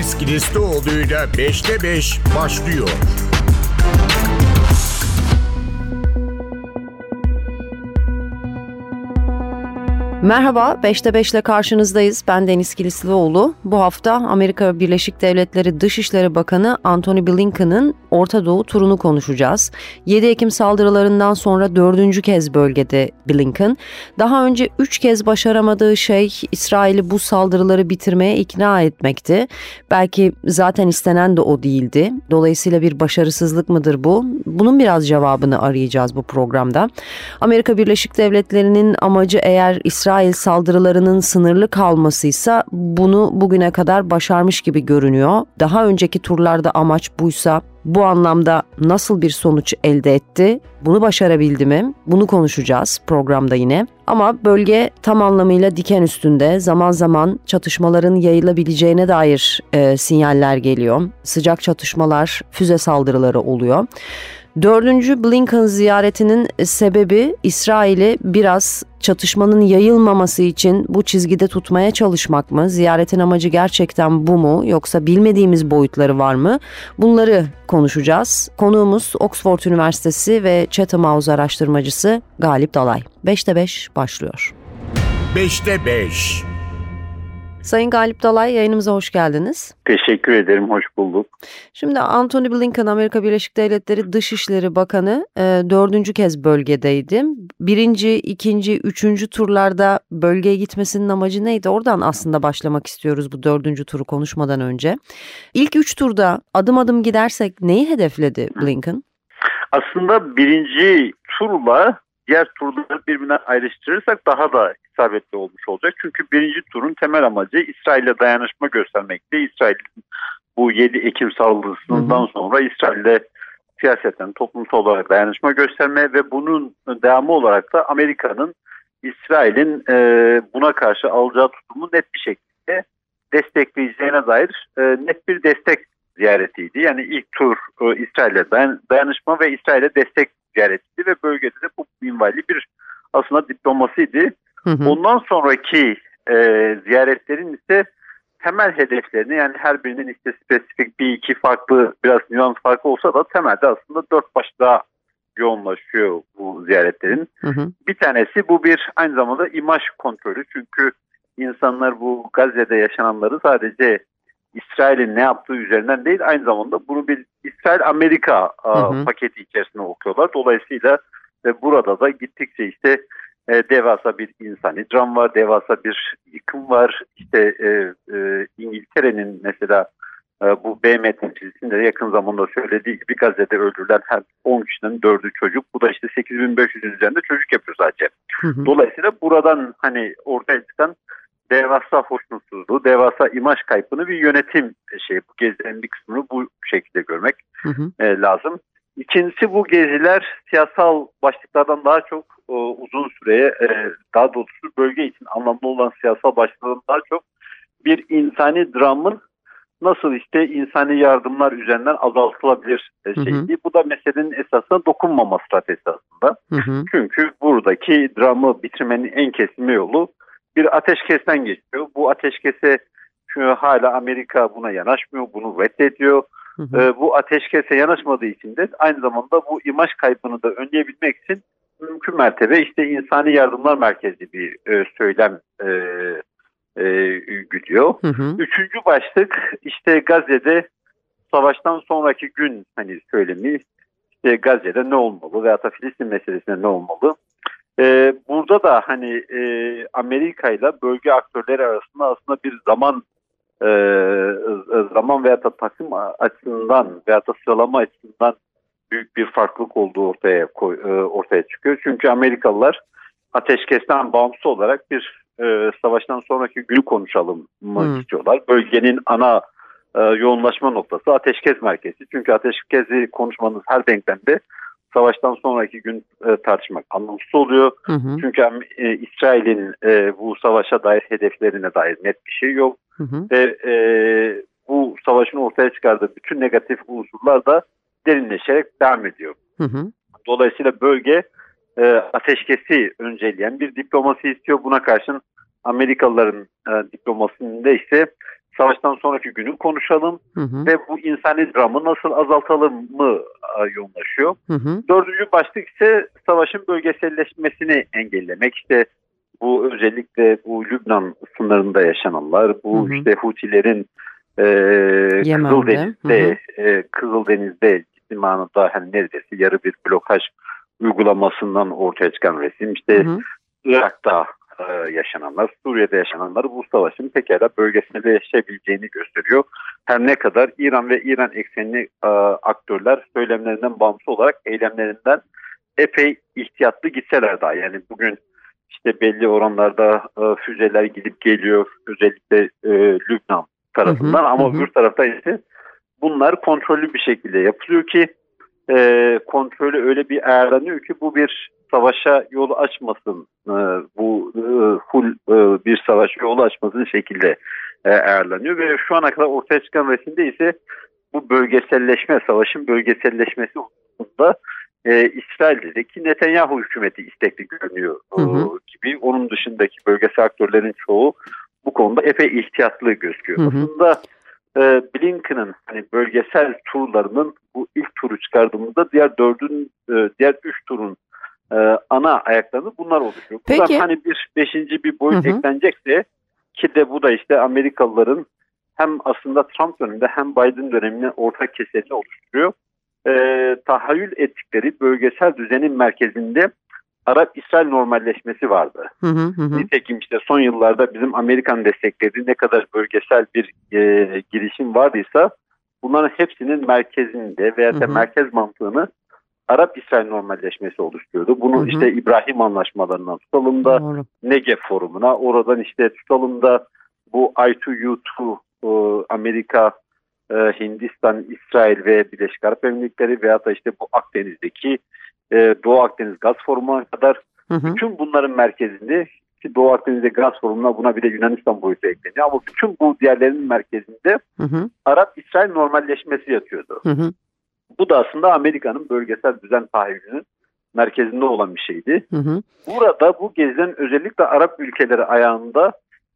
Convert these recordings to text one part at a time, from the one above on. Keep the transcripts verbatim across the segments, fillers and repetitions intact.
Deniz Kilislioğlu'yla beşte beş başlıyor. Merhaba, beşte beş ile karşınızdayız. Ben Deniz Kilislioğlu. Bu hafta Amerika Birleşik Devletleri Dışişleri Bakanı Antony Blinken'ın Orta Doğu turunu konuşacağız. yedi Ekim saldırılarından sonra dördüncü kez bölgede Blinken. Daha önce üç kez başaramadığı şey İsrail'i bu saldırıları bitirmeye ikna etmekti. Belki zaten istenen de o değildi. Dolayısıyla bir başarısızlık mıdır bu? Bunun biraz cevabını arayacağız bu programda. Amerika Birleşik Devletleri'nin amacı eğer İsrail İsrail saldırılarının sınırlı kalmasıysa bunu bugüne kadar başarmış gibi görünüyor. Daha önceki turlarda amaç buysa bu anlamda nasıl bir sonuç elde etti? Bunu başarabildi mi? Bunu konuşacağız programda yine. Ama bölge tam anlamıyla diken üstünde. Zaman zaman çatışmaların yayılabileceğine dair e, sinyaller geliyor. Sıcak çatışmalar, füze saldırıları oluyor. Dördüncü Blinken ziyaretinin sebebi İsrail'i biraz çatışmanın yayılmaması için bu çizgide tutmaya çalışmak mı? Ziyaretin amacı gerçekten bu mu? Yoksa bilmediğimiz boyutları var mı? Bunları konuşacağız. Konuğumuz Oxford Üniversitesi ve Chatham House araştırmacısı Galip Dalay. beşte beş başlıyor. beşte beş. Sayın Galip Dalay, yayınımıza hoş geldiniz. Teşekkür ederim, hoş bulduk. Şimdi Antony Blinken, Amerika Birleşik Devletleri Dışişleri Bakanı e, dördüncü kez bölgedeydi. Birinci, ikinci, üçüncü turlarda bölgeye gitmesinin amacı neydi? Oradan aslında başlamak istiyoruz bu dördüncü turu konuşmadan önce. İlk üç turda adım adım gidersek neyi hedefledi Blinken? Aslında birinci turla diğer turları birbirinden ayrıştırırsak daha da isabetli olmuş olacak. Çünkü birinci turun temel amacı İsrail'le dayanışma göstermekti. İsrail'in bu yedi Ekim saldırısından hı hı. sonra İsrail'le siyaseten, toplumsal olarak dayanışma gösterme ve bunun devamı olarak da Amerika'nın İsrail'in e, buna karşı alacağı tutumu net bir şekilde destekleyeceğine dair e, net bir destek ziyaretiydi. Yani ilk tur e, İsrail'le dayan, dayanışma ve İsrail'e destek ziyaretiydi ve bölgede de bu minvalli bir aslında diplomasiydi. Hı hı. Ondan sonraki e, ziyaretlerin ise temel hedeflerini, yani her birinin işte spesifik bir iki farklı biraz nüans farkı olsa da temelde aslında dört başlığa yoğunlaşıyor bu ziyaretlerin. Hı hı. Bir tanesi bu bir aynı zamanda imaj kontrolü. Çünkü insanlar bu Gazze'de yaşananları sadece İsrail'in ne yaptığı üzerinden değil, aynı zamanda bunu bir İsrail-Amerika hı hı. paketi içerisinde okuyorlar. Dolayısıyla ve burada da gittikçe işte e, devasa bir insani dram var, devasa bir yıkım var. İşte e, e, İngiltere'nin mesela e, bu B M temsilcisinde yakın zamanda söylediği gibi Gazze'de öldürülen her on kişinin dördü çocuk. Bu da işte sekiz bin beş yüzün üzerinde çocuk yapıyor sadece. Hı hı. Dolayısıyla buradan hani ortaya çıkan devasa hoşnutsuzluğu, devasa imaj kaybını bir yönetim şey, bu gezilerin bir kısmını bu şekilde görmek hı hı. E, lazım. İkincisi, bu geziler siyasal başlıklardan daha çok e, uzun süreye, e, daha doğrusu bölge için anlamlı olan siyasal başlıklardan daha çok bir insani dramın nasıl işte insani yardımlar üzerinden azaltılabilir e, şeydi. Hı hı. Bu da meselenin esasına dokunmama stratejisi aslında. Hı hı. Çünkü buradaki dramı bitirmenin en kesimi yolu bir ateşkesten geçiyor. Bu ateşkese şu hala Amerika buna yanaşmıyor, bunu reddediyor. Hı hı. Ee, bu ateşkese yanaşmadığı için de aynı zamanda bu imaj kaybını da önleyebilmek için mümkün mertebe işte insani yardımlar merkezli bir e, söylem e, e, güdüyor. Hı hı. Üçüncü başlık işte Gazze'de savaştan sonraki gün hani söylemi, işte Gazze'de ne olmalı veyahut da Filistin meselesinde ne olmalı? Ee, burada da hani e, Amerika ile bölge aktörleri arasında aslında bir zaman e, zaman veya da takım açısından veya da sıralama açısından büyük bir farklılık olduğu ortaya koy, e, ortaya çıkıyor. Çünkü Amerikalılar ateşkesten bağımsız olarak bir e, savaştan sonraki günü konuşalım hmm. istiyorlar. Bölgenin ana e, yoğunlaşma noktası ateşkes merkezi. Çünkü ateşkesi konuşmanız her denklemde savaştan sonraki gün e, tartışmak anlamsız oluyor. Hı hı. Çünkü e, İsrail'in e, bu savaşa dair hedeflerine dair net bir şey yok. Hı hı. Ve e, bu savaşın ortaya çıkardığı bütün negatif unsurlar da derinleşerek devam ediyor. Hı hı. Dolayısıyla bölge e, ateşkesi önceleyen bir diplomasi istiyor. Buna karşın Amerikalıların e, diplomasisinde ise savaştan sonraki günü konuşalım Hı hı. ve bu insani dramı nasıl azaltalım mı e, yoğunlaşıyor. Hı hı. Dördüncü başlık ise savaşın bölgeselleşmesini engellemek. İşte bu özellikle bu Lübnan sınırında yaşananlar, bu Hı hı. işte Hutilerin e, Yemen'de. Kızıldeniz'de, e, Kızıldeniz'de ciddi manada hani neredeyse yarı bir blokaj uygulamasından ortaya çıkan resim. İşte Hı hı. Irak'ta e, yaşananlar, Suriye'de yaşananlar bu savaşın pekala bölgeselleşebileceğini gösteriyor. Her ne kadar İran ve İran eksenli e, aktörler söylemlerinden bağımsız olarak eylemlerinden epey ihtiyatlı gitseler daha. Yani bugün işte belli oranlarda e, füzeler gidip geliyor özellikle e, Lübnan tarafından Hı hı, ama hı hı. öbür tarafta ise bunlar kontrollü bir şekilde yapılıyor ki e, kontrolü öyle bir ayarlanıyor ki bu bir savaşa yol açmasın, e, bu e, full e, bir savaş yolu açmasın şekilde e, ayarlanıyor ve şu ana kadar ortaya çıkan resimde ise bu bölgeselleşme, savaşın bölgeselleşmesi hususunda e, İsrail'deki Netanyahu hükümeti istekli görünüyor e, Hı hı. gibi. Onun dışındaki bölgesel aktörlerin çoğu bu konuda epey ihtiyatlı gözüküyor. Hı hı. Aslında e, Blinken'ın hani bölgesel turlarının bu ilk turu çıkardığımızda diğer dördün, e, diğer üç turun e, ana ayaklarını bunlar oluşuyor. Buradan Peki. hani bir beşinci bir boyut Hı hı. eklenecekse ki de bu da işte Amerikalıların hem aslında Trump döneminde hem Biden döneminde ortak kesimini oluşturuyor. E, tahayyül ettikleri bölgesel düzenin merkezinde Arap-İsrail normalleşmesi vardı. Hı hı, hı hı. Nitekim işte son yıllarda bizim Amerikan desteklediği ne kadar bölgesel bir e, girişim vardıysa bunların hepsinin merkezinde veya da Hı hı. merkez mantığını Arap-İsrail normalleşmesi oluşturuyordu. Bunu Hı hı. işte İbrahim anlaşmalarından tutalım da Doğru. Negev forumuna, oradan işte tutalım da bu I iki U iki e, Amerika, e, Hindistan, İsrail ve Birleşik Arap Emirlikleri veya da işte bu Akdeniz'deki e, Doğu Akdeniz Gaz Forumu'na kadar Hı hı. bütün bunların merkezinde ki Doğu Akdeniz'de gaz forumuna buna bir de Yunanistan boyutu ekleniyor ama bütün bu diğerlerinin merkezinde Hı hı. Arap-İsrail normalleşmesi yatıyordu. Hı hı. Bu da aslında Amerika'nın bölgesel düzen tahayyülünün merkezinde olan bir şeydi. Hı hı. Burada bu gezilen özellikle Arap ülkeleri ayağında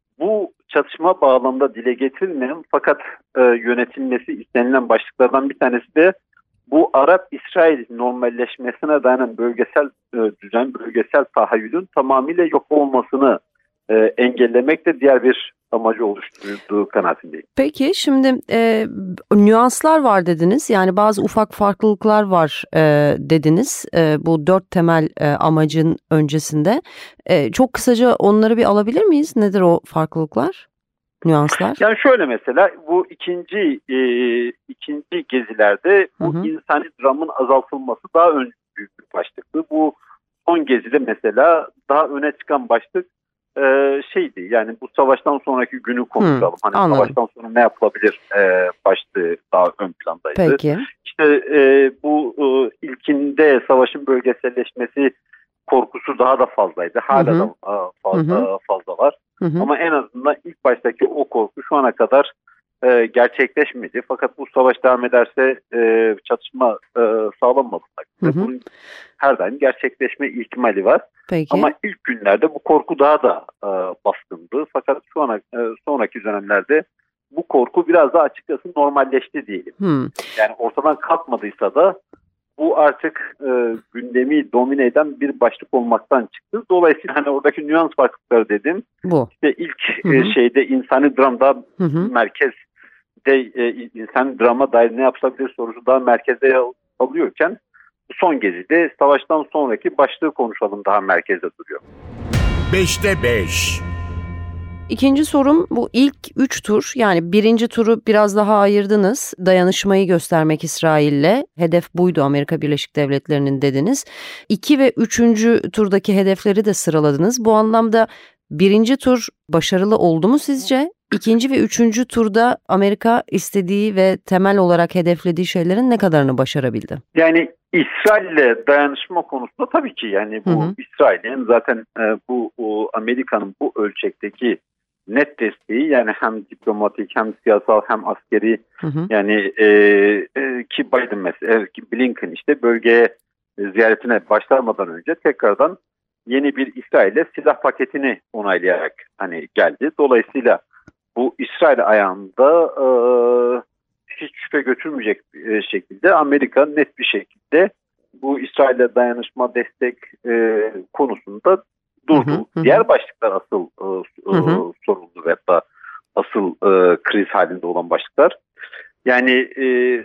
bu çatışma bağlamında dile getirilmeyen fakat e, yönetilmesi istenilen başlıklardan bir tanesi de bu Arap-İsrail normalleşmesine dayanan bölgesel e, düzen, bölgesel tahayyülün tamamıyla yok olmasını e, engellemek de diğer bir amacı oluşturduğu kanaatindeyim. Peki şimdi e, nüanslar var dediniz. Yani bazı ufak farklılıklar var e, dediniz. E, bu dört temel e, amacın öncesinde. E, çok kısaca onları bir alabilir miyiz? Nedir o farklılıklar? Nüanslar? Yani şöyle mesela bu ikinci e, ikinci gezilerde bu Hı hı. insani dramın azaltılması daha ön büyük bir başlıktı. Bu son gezide mesela daha öne çıkan başlık e, şeydi yani bu savaştan sonraki günü konuşalım. Hani anladım. savaştan sonra ne yapılabilir e, başlığı daha ön plandaydı. Peki. İşte e, bu e, ilkinde savaşın bölgeselleşmesi korkusu daha da fazlaydı. Hala Hı hı. da e, fazla Hı hı. fazla var. Hı hı. Ama en azından ilk baştaki o korku şu ana kadar e, gerçekleşmedi. Fakat bu savaş devam ederse e, çatışma e, sağlanmadı. Hı hı. Bunun her daim gerçekleşme ihtimali var. Peki. Ama ilk günlerde bu korku daha da e, baskındı. Fakat şu ana e, sonraki dönemlerde bu korku biraz daha açıkçası normalleşti diyelim. Hı. Yani ortadan kalkmadıysa da bu artık e, gündemi domine eden bir başlık olmaktan çıktı. Dolayısıyla hani oradaki nüans farklılıkları dedim. Bu. İşte ilk Hı hı. e, şeyde insani dramda Hı hı. merkezde e, insani drama dair ne yapılabilir sorusu daha merkezde yer alıyorken son gezide savaştan sonraki başlığı konuşalım daha merkezde duruyor. beşte beş. İkinci sorum bu ilk üç tur, yani birinci turu biraz daha ayırdınız. Dayanışmayı göstermek İsrail'le. Hedef buydu, Amerika Birleşik Devletleri'nin dediniz. İki ve üçüncü turdaki hedefleri de sıraladınız. Bu anlamda birinci tur başarılı oldu mu sizce? İkinci ve üçüncü turda Amerika istediği ve temel olarak hedeflediği şeylerin ne kadarını başarabildi? Yani İsrail'le dayanışma konusunda tabii ki yani bu Hı hı. İsrail'in zaten e, bu, bu Amerika'nın bu ölçekteki net desteği yani hem diplomatik hem siyasal hem askeri Hı hı. yani e, e, ki Biden mesela ki Blinken işte bölgeye ziyaretine başlamadan önce tekrardan yeni bir İsrail'e silah paketini onaylayarak hani geldi. Dolayısıyla bu İsrail ayağında e, hiç şüphe götürmeyecek e, şekilde Amerika net bir şekilde bu İsrail'e dayanışma destek e, konusunda durdu. Hı hı, Diğer başlıklar asıl e, hı hı. soruldu ve hatta asıl e, kriz halinde olan başlıklar. Yani e,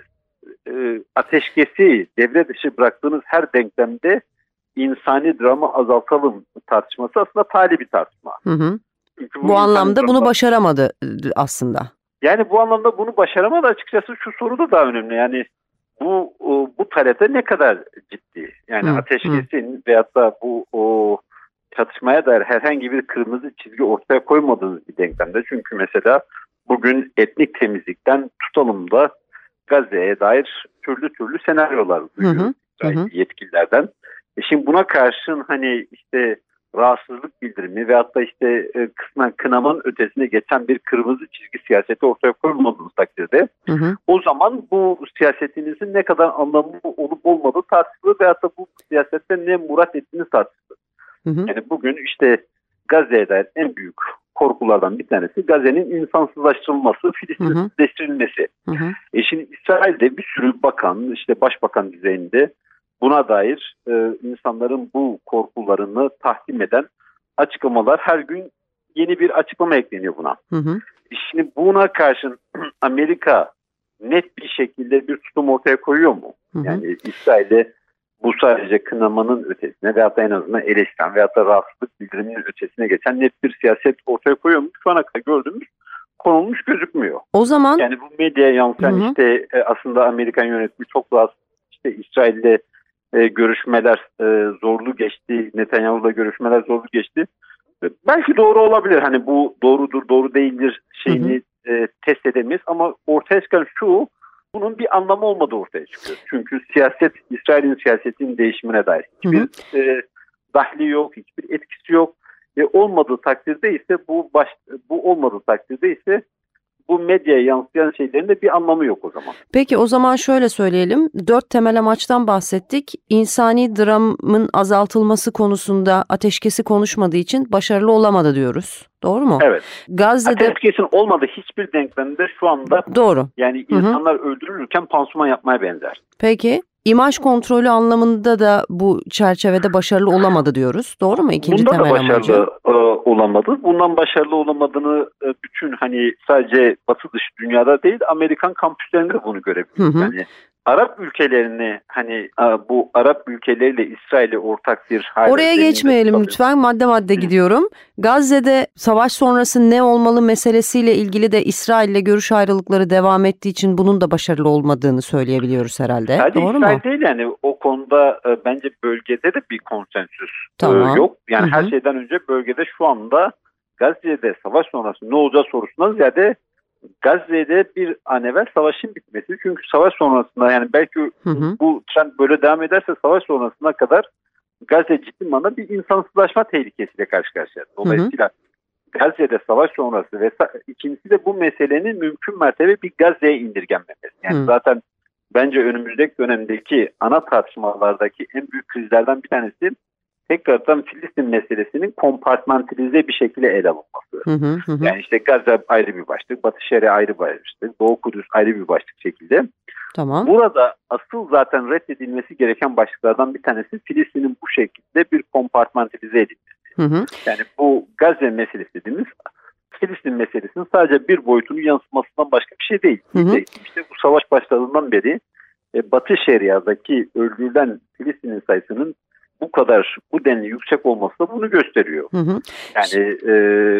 e, ateşkesi devre dışı bıraktığınız her denklemde insani dramı azaltalım tartışması aslında tali bir tartışma. Hı hı. Çünkü Bu anlamda dramı, bunu başaramadı aslında. Yani bu anlamda bunu başaramadı, açıkçası şu soru da daha önemli. Yani bu bu talep ne kadar ciddi? Yani Hı, ateşkesin veyahut da bu o çatışmaya dair herhangi bir kırmızı çizgi ortaya koymadığınız bir denklemde. Çünkü mesela bugün etnik temizlikten tutalım da Gazze'ye dair türlü türlü senaryolar duyuyoruz hı hı. yetkililerden. E şimdi buna karşın hani işte rahatsızlık bildirimi veyahut da işte e, kısmen kınamanın ötesine geçen bir kırmızı çizgi siyaseti ortaya koymadığınız takdirde Hı hı. o zaman bu siyasetinizin ne kadar anlamlı olup olmadığı tartışılır veyahut da bu siyasetten ne murat ettiğiniz tartışılır. Hı hı. Yani bugün işte Gazze'ye dair en büyük korkulardan bir tanesi Gazze'nin insansızlaştırılması, Filistinleştirilmesi. Hı hı. E şimdi İsrail'de bir sürü bakan, işte başbakan düzeyinde buna dair e, insanların bu korkularını tahkim eden açıklamalar, her gün yeni bir açıklama ekleniyor buna. Hı hı. Şimdi buna karşın Amerika net bir şekilde bir tutum ortaya koyuyor mu? Hı hı. Yani İsrail'de bu sadece kınamanın ötesine veyahut da en azından eleştiren veyahut da rahatsızlık bildiriminin ötesine geçen net bir siyaset ortaya koyuyor mu? Şu ana kadar gördüğümüz konulmuş gözükmüyor. O zaman Yani bu medyaya yansıyan Hı hı. işte e, aslında Amerikan yönetimi çok rahat, işte İsrail'de e, görüşmeler e, zorlu geçti, Netanyahu'la görüşmeler zorlu geçti. E, belki doğru olabilir, hani bu doğrudur doğru değildir şeyini hı hı. E, test edemeyiz ama ortaya çıkan şu, bunun bir anlamı olmadığı ortaya çıkıyor. Çünkü siyaset, İsrail'in siyasetinin değişimine dair hiçbir hı hı. E, dahli yok, hiçbir etkisi yok. E, olmadığı takdirde ise bu baş, bu olmadığı takdirde ise bu medyaya yansıyan şeylerin de bir anlamı yok o zaman. Peki o zaman şöyle söyleyelim. Dört temel amaçtan bahsettik. İnsani dramın azaltılması konusunda ateşkesi konuşmadığı için başarılı olamadı diyoruz. Doğru mu? Evet. Gazze'de ateşkesin olmadığı hiçbir denklemde şu anda Doğru. Yani Hı hı. insanlar öldürülürken pansuman yapmaya benzer. Peki. İmaj kontrolü anlamında da bu çerçevede başarılı olamadı diyoruz. Doğru mu? İkinci Bunda temel da başarılı amacı. e, olamadı. Bundan başarılı olamadığını e, bütün hani sadece Batı dışı dünyada değil, Amerikan kampüslerinde de bunu görebiliyoruz. Hı hı. Yani Arap ülkelerini hani e, bu Arap ülkeleriyle İsrail'e ortak bir hale Oraya geçmeyelim lütfen. Madde madde Hı. gidiyorum. Gazze'de savaş sonrası ne olmalı meselesiyle ilgili de İsrail'le görüş ayrılıkları devam ettiği için bunun da başarılı olmadığını söyleyebiliyoruz herhalde. Sadece Doğru İsrail mu? değil, yani o konuda e, bence bölgede de bir konsensüs Tamam. e, yok. Yani Hı hı. her şeyden önce bölgede şu anda Gazze'de savaş sonrası ne olacağı sorusundan ziyade Gazze'de bir an evvel savaşın bitmesi. Çünkü savaş sonrasında, yani belki Hı hı. bu trend böyle devam ederse savaş sonrasına kadar Gazze ciddi manada bir insansızlaşma tehlikesiyle karşı karşıya. Dolayısıyla hı hı. Gazze'de savaş sonrası ve ikincisi de bu meselenin mümkün mertebe bir Gazze'ye indirgenmemesi. Yani hı. zaten bence önümüzdeki dönemdeki ana tartışmalardaki en büyük krizlerden bir tanesi tekrardan Filistin meselesinin kompartmantilize bir şekilde ele alınması. Hı hı hı. Yani işte Gazze ayrı bir başlık, Batı Şeria ayrı bir başlık, Doğu Kudüs ayrı bir başlık şekilde. Tamam. Burada asıl zaten reddedilmesi gereken başlıklardan bir tanesi Filistin'in bu şekilde bir kompartmantilize edilmesi. Hı hı. Yani bu Gazze meselesi dediğimiz Filistin meselesinin sadece bir boyutunu yansıtmasından başka bir şey değil. Hı hı. İşte bu savaş başladığından beri e, Batı Şeria'daki öldürülen Filistin'in sayısının bu kadar, bu denli yüksek olması da bunu gösteriyor. Hı hı. Yani e,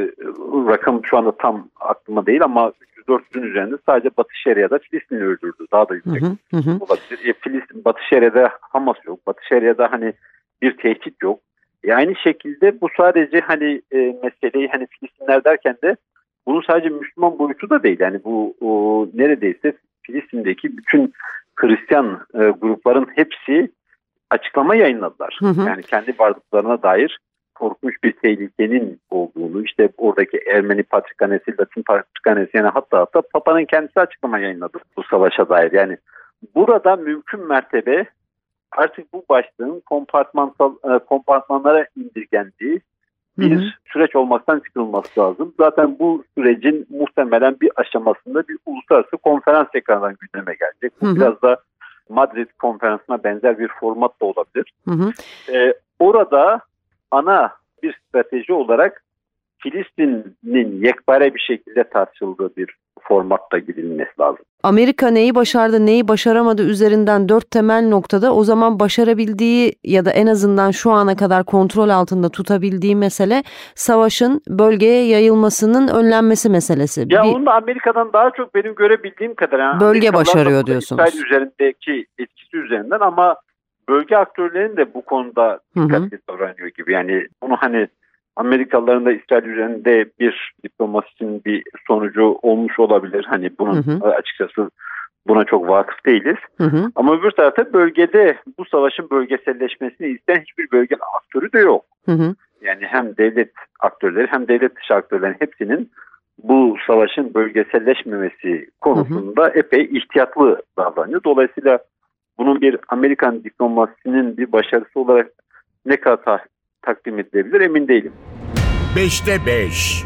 rakam şu anda tam aklıma değil ama üç yüz dört yüzün üzerinde sadece Batı Şeria'da Filistin'i öldürdü. Daha da yüksek hı hı. olabilir. E, Filistin, Batı Şeria'da Hamas yok. Batı Şeria'da hani bir tehdit yok. E, aynı şekilde bu sadece hani e, meseleyi hani Filistinler derken de bunun sadece Müslüman boyutu da değil. Yani bu o, neredeyse Filistin'deki bütün Hristiyan e, grupların hepsi açıklama yayınladılar. Hı hı. Yani kendi varlıklarına dair korkunç bir tehlikenin olduğunu, işte oradaki Ermeni Patrikhanesi, Latin Patrikhanesi, yani hatta hatta Papa'nın kendisi açıklama yayınladı bu savaşa dair. Yani burada mümkün mertebe artık bu başlığın kompartmansal kompartmanlara indirgendiği bir hı hı. süreç olmaktan çıkılması lazım. Zaten bu sürecin muhtemelen bir aşamasında bir uluslararası konferans tekrardan gündeme gelecek. Bu Hı hı. biraz da Madrid konferansına benzer bir format da olabilir. Hı hı. Ee, orada ana bir strateji olarak Filistin'in yekpare bir şekilde tartışıldığı bir formatta gidilmesi lazım. Amerika neyi başardı, neyi başaramadı üzerinden dört temel noktada o zaman başarabildiği ya da en azından şu ana kadar kontrol altında tutabildiği mesele savaşın bölgeye yayılmasının önlenmesi meselesi. Ya Bir onu da Amerika'dan daha çok benim görebildiğim kadar yani bölge Amerikalılar da başarıyor burada diyorsunuz. İsrail üzerindeki etkisi üzerinden ama bölge aktörlerinin de bu konuda Hı hı. dikkatli davranıyor gibi. Yani bunu hani Amerikalıların da İsrail üzerinde bir diplomasinin bir sonucu olmuş olabilir. Hani bunun Hı hı. açıkçası buna çok vakıf değiliz. Hı hı. Ama öbür tarafta bölgede bu savaşın bölgeselleşmesini isteyen hiçbir bölge aktörü de yok. Hı hı. Yani hem devlet aktörleri hem devlet dışı aktörlerin hepsinin bu savaşın bölgeselleşmemesi konusunda hı hı. epey ihtiyatlı davranıyor. Dolayısıyla bunun bir Amerikan diplomasisinin bir başarısı olarak ne kadar ta- takdim edilebilir emin değilim. beşte beş.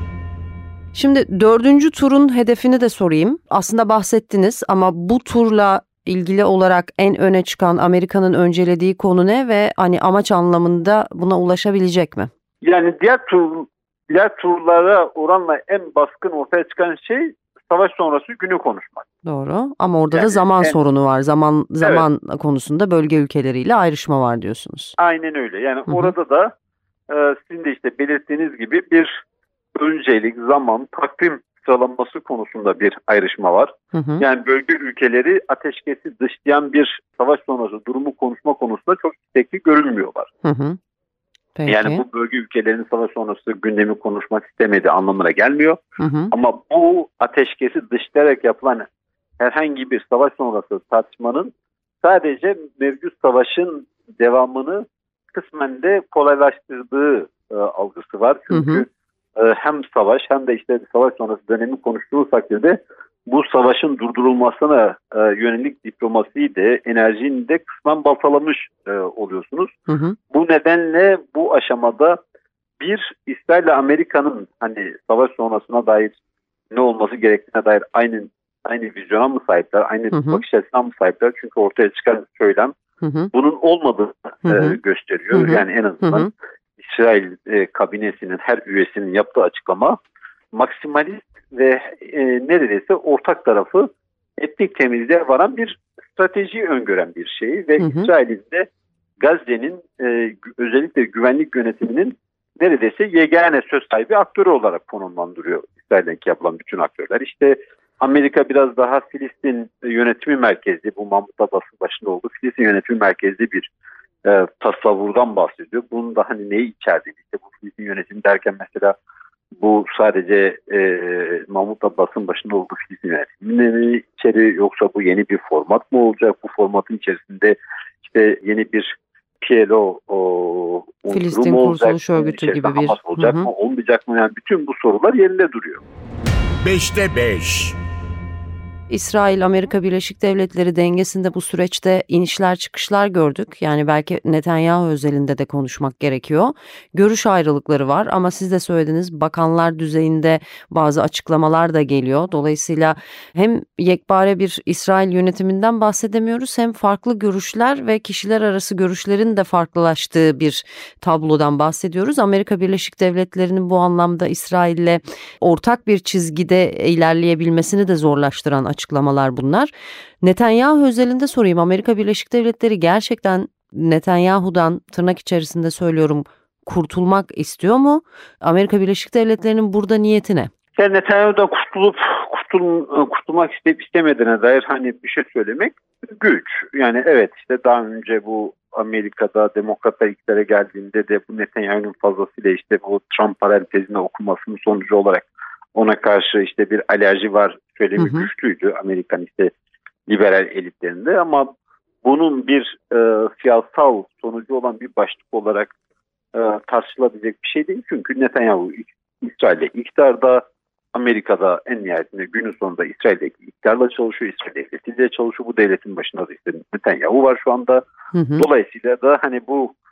Şimdi dördüncü turun hedefini de sorayım. Aslında bahsettiniz ama bu turla ilgili olarak en öne çıkan Amerika'nın öncelediği konu ne ve hani amaç anlamında buna ulaşabilecek mi? Yani diğer tur diğer turlara oranla en baskın ortaya çıkan şey savaş sonrası günü konuşmak. Doğru ama orada Yani da zaman en, sorunu var. Zaman zaman evet. konusunda bölge ülkeleriyle ayrışma var diyorsunuz. Aynen öyle. Yani Hı hı. orada da e, sizin de işte belirttiğiniz gibi bir öncelik, zaman, takvim sıralaması konusunda bir ayrışma var. Hı hı. Yani bölge ülkeleri ateşkesi dışlayan bir savaş sonrası durumu konuşma konusunda çok istekli görülmüyorlar. Hı hı. Peki. Yani bu bölge ülkelerinin savaş sonrası gündemi konuşmak istemediği anlamına gelmiyor. Hı hı. Ama bu ateşkesi dışlayarak yapılan herhangi bir savaş sonrası tartışmanın sadece mevcut savaşın devamını kısmen de kolaylaştırdığı e, algısı var. Çünkü hı hı. e, hem savaş hem de işte savaş sonrası dönemi konuştuğumuz takdirde bu savaşın durdurulmasına e, yönelik diplomasiyi de enerjini de kısmen baltalamış e, oluyorsunuz. Hı hı. Bu nedenle bu aşamada bir İsrail ile Amerika'nın hani savaş sonrasına dair ne olması gerektiğine dair aynı aynı vizyona mı sahipler, aynı Hı hı. bakış açısına mı sahipler? Çünkü ortaya çıkan söylem Hı hı. bunun olmadığını Hı hı. e, gösteriyor. Hı hı. Yani en azından Hı hı. İsrail e, kabinesinin her üyesinin yaptığı açıklama maksimalist ve e, neredeyse ortak tarafı etnik temizliğe varan bir strateji öngören bir şey ve Hı hı. İsrail'in de Gazze'nin e, özellikle güvenlik yönetiminin neredeyse yegane söz sahibi aktörü olarak konumlandırıyor İsrail'deki yapılan bütün aktörler. İşte Amerika biraz daha Filistin yönetimi merkezli, bu Mahmut Abbas'ın başında olduğu Filistin yönetimi merkezli bir e, tasavvurdan bahsediyor. Bunun da hani neyi içerdiğini, işte bu Filistin yönetimi derken mesela bu sadece e, Mahmut Abbas'ın başında olduğu Filistin yönetimi mi içeri, yoksa bu yeni bir format mı olacak? Bu formatın içerisinde işte yeni bir P L O o, Filistin mu olacak? Kurtuluş Örgütü gibi bir. Hamas olacak Hı hı. mı, olmayacak mı? Yani bütün bu sorular yerinde duruyor. beşte beş. İsrail-Amerika Birleşik Devletleri dengesinde bu süreçte inişler çıkışlar gördük. Yani belki Netanyahu özelinde de konuşmak gerekiyor. Görüş ayrılıkları var ama siz de söylediniz, bakanlar düzeyinde bazı açıklamalar da geliyor. Dolayısıyla hem yekpare bir İsrail yönetiminden bahsedemiyoruz hem farklı görüşler ve kişiler arası görüşlerin de farklılaştığı bir tablodan bahsediyoruz. Amerika Birleşik Devletleri'nin bu anlamda İsrail'le ortak bir çizgide ilerleyebilmesini de zorlaştıran açıklamalar bunlar. Netanyahu özelinde sorayım. Amerika Birleşik Devletleri gerçekten Netanyahu'dan, tırnak içerisinde söylüyorum, kurtulmak istiyor mu? Amerika Birleşik Devletleri'nin burada niyeti ne? Yani Netanyahu'dan kurtulup kurtul, kurtulmak isteyip istemediğine dair hani bir şey söylemek güç. Yani evet, işte daha önce bu Amerika'da demokratlar iktidara geldiğinde de bu Netanyahu'nun fazlasıyla işte bu Trump paralel tezini okumasının sonucu olarak ona karşı işte bir alerji var söylemi Hı hı. güçlüydü Amerikan işte liberal elitlerinde, ama bunun bir e, siyasal sonucu olan bir başlık olarak e, tartışılabilecek bir şey değil. Çünkü Netanyahu İsrail'de iktidarda, Amerika'da en nihayetinde günün sonunda İsrail'deki iktidarla çalışıyor, İsrail devletiyle çalışıyor. Bu devletin başında da işte Netanyahu var şu anda. Hı hı. Dolayısıyla da hani bu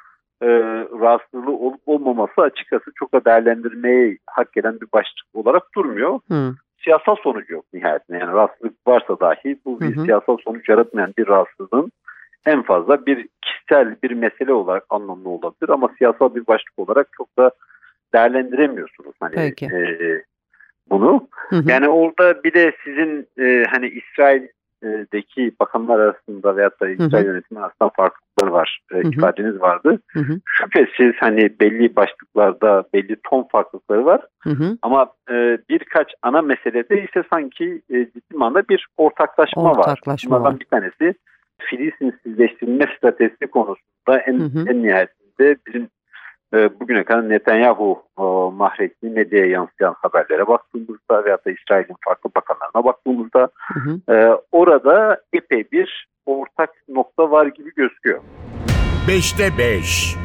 e, rahatsızlığı olup olmaması açıkçası çok da değerlendirmeyi hak eden bir başlık olarak durmuyor. Hı. Siyasal sonucu yok nihayetinde. Yani rahatsızlık varsa dahi bu bir hı hı. siyasal sonuç yaratmayan bir rahatsızlığın en fazla bir kişisel bir mesele olarak anlamlı olabilir ama siyasal bir başlık olarak çok da değerlendiremiyorsunuz hani Peki. e, bunu. Hı hı. Yani orada bir de sizin e, hani İsrail'deki bakanlar arasında veyahut da İsrail hı hı. yönetimi arasında farklılıklar var. E, Hı hı. ifadeniz vardı. Hı hı. Şüphesiz hani belli başlıklarda belli ton farklılıkları var. Hı hı. Ama e, birkaç ana meselede ise sanki e, ciddi manada bir ortaklaşma, Ortaklaşma var. Bunlardan var. bir tanesi Filistinsizleştirme stratejisi konusunda en, Hı hı. en nihayetinde bizim e, bugüne kadar Netanyahu e, mahreçli medyaya yansıyan haberlere baktığımızda veyahut da İsrail'in farklı bakanlarına baktığımızda Hı hı. e, orada epey bir ortak nokta var gibi gözüküyor. beşte beş.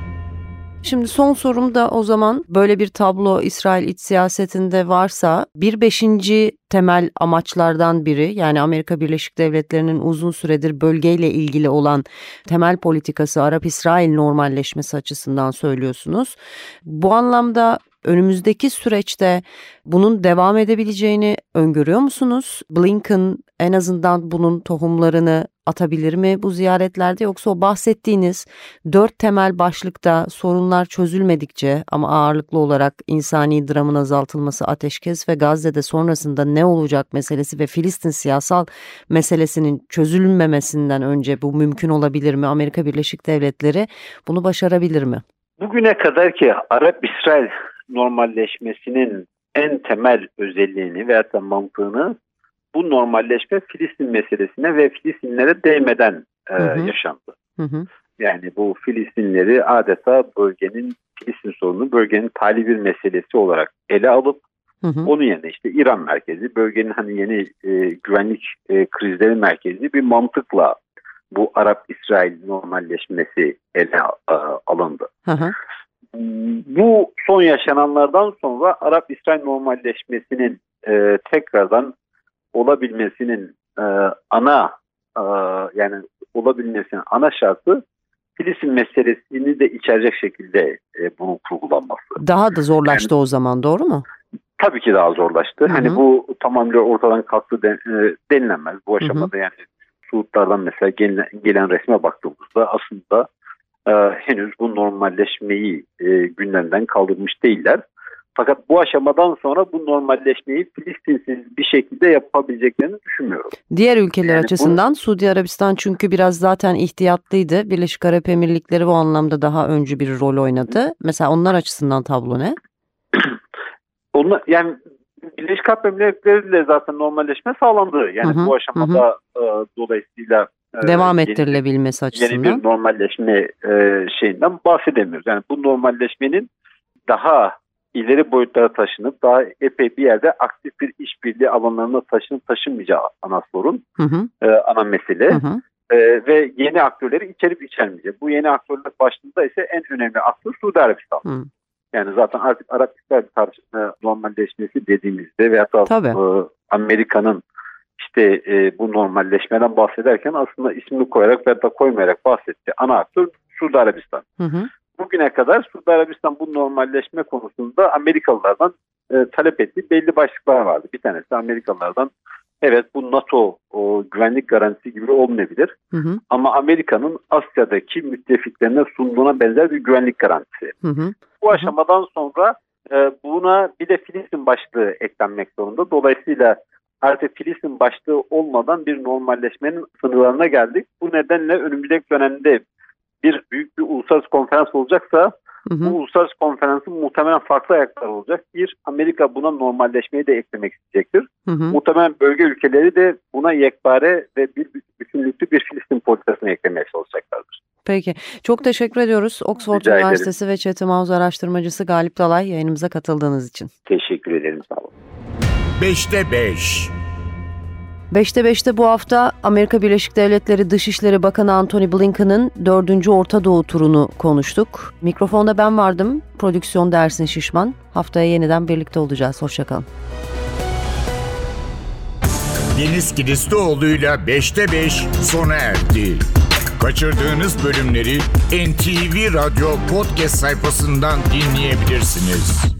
Şimdi son sorum da o zaman böyle bir tablo İsrail iç siyasetinde varsa bir beşinci temel amaçlardan biri yani Amerika Birleşik Devletleri'nin uzun süredir bölgeyle ilgili olan temel politikası Arap-İsrail normalleşmesi açısından söylüyorsunuz. Bu anlamda önümüzdeki süreçte bunun devam edebileceğini öngörüyor musunuz? Blinken en azından bunun tohumlarını atabilir mi bu ziyaretlerde yoksa o bahsettiğiniz dört temel başlıkta sorunlar çözülmedikçe ama ağırlıklı olarak insani dramın azaltılması, ateşkes ve Gazze'de sonrasında ne olacak meselesi ve Filistin siyasal meselesinin çözülmemesinden önce bu mümkün olabilir mi? Amerika Birleşik Devletleri bunu başarabilir mi? Bugüne kadar ki Arap-İsrail normalleşmesinin en temel özelliğini veyahut da mantığını bu normalleşme Filistin meselesine ve Filistinlere değmeden e, Hı hı. yaşandı. Hı hı. Yani bu Filistinleri adeta bölgenin, Filistin sorunu bölgenin tali bir meselesi olarak ele alıp Hı hı. onun yerine işte İran merkezi, bölgenin hani yeni e, güvenlik e, krizleri merkezi bir mantıkla bu Arap-İsrail normalleşmesi ele e, alındı. Hı hı. Bu son yaşananlardan sonra Arap-İsrail normalleşmesinin e, tekrardan olabilmesinin e, ana e, yani olabilmesinin ana şartı Filistin meselesini de içerecek şekilde e, bunun kurgulanması. Daha da zorlaştı yani, o zaman doğru mu? Tabii ki daha zorlaştı. Hı hı. Hani bu tamamen ortadan kalktı den, e, denilemez. Bu aşamada hı hı. yani Suudlardan mesela gelen, gelen resme baktığımızda aslında e, henüz bu normalleşmeyi e, gündemden kaldırmış değiller. Fakat bu aşamadan sonra bu normalleşmeyi Filistinsiz bir şekilde yapabileceklerini düşünmüyorum. Diğer ülkeler yani açısından bu, Suudi Arabistan çünkü biraz zaten ihtiyatlıydı. Birleşik Arap Emirlikleri bu anlamda daha öncü bir rol oynadı. Mesela onlar açısından tablo ne? Onlar, yani Birleşik Arap Emirlikleri ile zaten normalleşme sağlandı. Yani hı hı, bu aşamada hı. E, dolayısıyla e, devam ettirilebilmesi yeni, açısından. Yeni bir normalleşme e, şeyinden bahsedemiyoruz. Yani bu normalleşmenin daha ileri boyutlara taşınıp daha epey bir yerde aktif bir işbirliği alanlarına taşınıp taşınmayacağı ana sorun, hı hı. E, ana mesele. Hı hı. E, ve yeni aktörleri içerip içermeyecek. Bu yeni aktörler başlığında ise en önemli aktör Suudi Arabistan. Hı. Yani zaten artık Arap-İsrail tartışma normalleşmesi dediğimizde veya da e, Amerika'nın işte e, bu normalleşmeden bahsederken aslında ismini koyarak veya da koymayarak bahsetti. Ana aktör Suudi Arabistan. Hı hı. Bugüne kadar Suudi Arabistan bu normalleşme konusunda Amerikalılardan e, talep ettiği belli başlıklar vardı. Bir tanesi Amerikalılardan evet bu NATO o, güvenlik garantisi gibi olmayabilir. Hı hı. Ama Amerika'nın Asya'daki müttefiklerine sunduğuna benzer bir güvenlik garantisi. Hı hı. Bu aşamadan sonra e, buna bir de Filistin başlığı eklenmek zorunda. Dolayısıyla artık Filistin başlığı olmadan bir normalleşmenin sınırlarına geldik. Bu nedenle önümüzdeki dönemde bir büyük bir uluslararası konferans olacaksa hı hı. bu uluslararası konferansın muhtemelen farklı ayakları olacak. Bir, Amerika buna normalleşmeyi de eklemek isteyecektir. Hı hı. Muhtemelen bölge ülkeleri de buna yekpare ve bir bütünlüklü bir Filistin politikasını eklemeye çalışacaklardır. Peki. Çok teşekkür ediyoruz. Oxford Rica Üniversitesi ederim. ve Chatham House araştırmacısı Galip Dalay yayınımıza katıldığınız için. Teşekkür ederim. Sağ olun. beşte beş. beşte beşte bu hafta Amerika Birleşik Devletleri Dışişleri Bakanı Antony Blinken'ın dördüncü Orta Doğu turunu konuştuk. Mikrofonda ben vardım. Prodüksiyonda Ersin Şişman. Haftaya yeniden birlikte olacağız. Hoşçakalın. Deniz Kilislioğlu'yla beşte beş sona erdi. Kaçırdığınız bölümleri N T V Radyo podcast sayfasından dinleyebilirsiniz.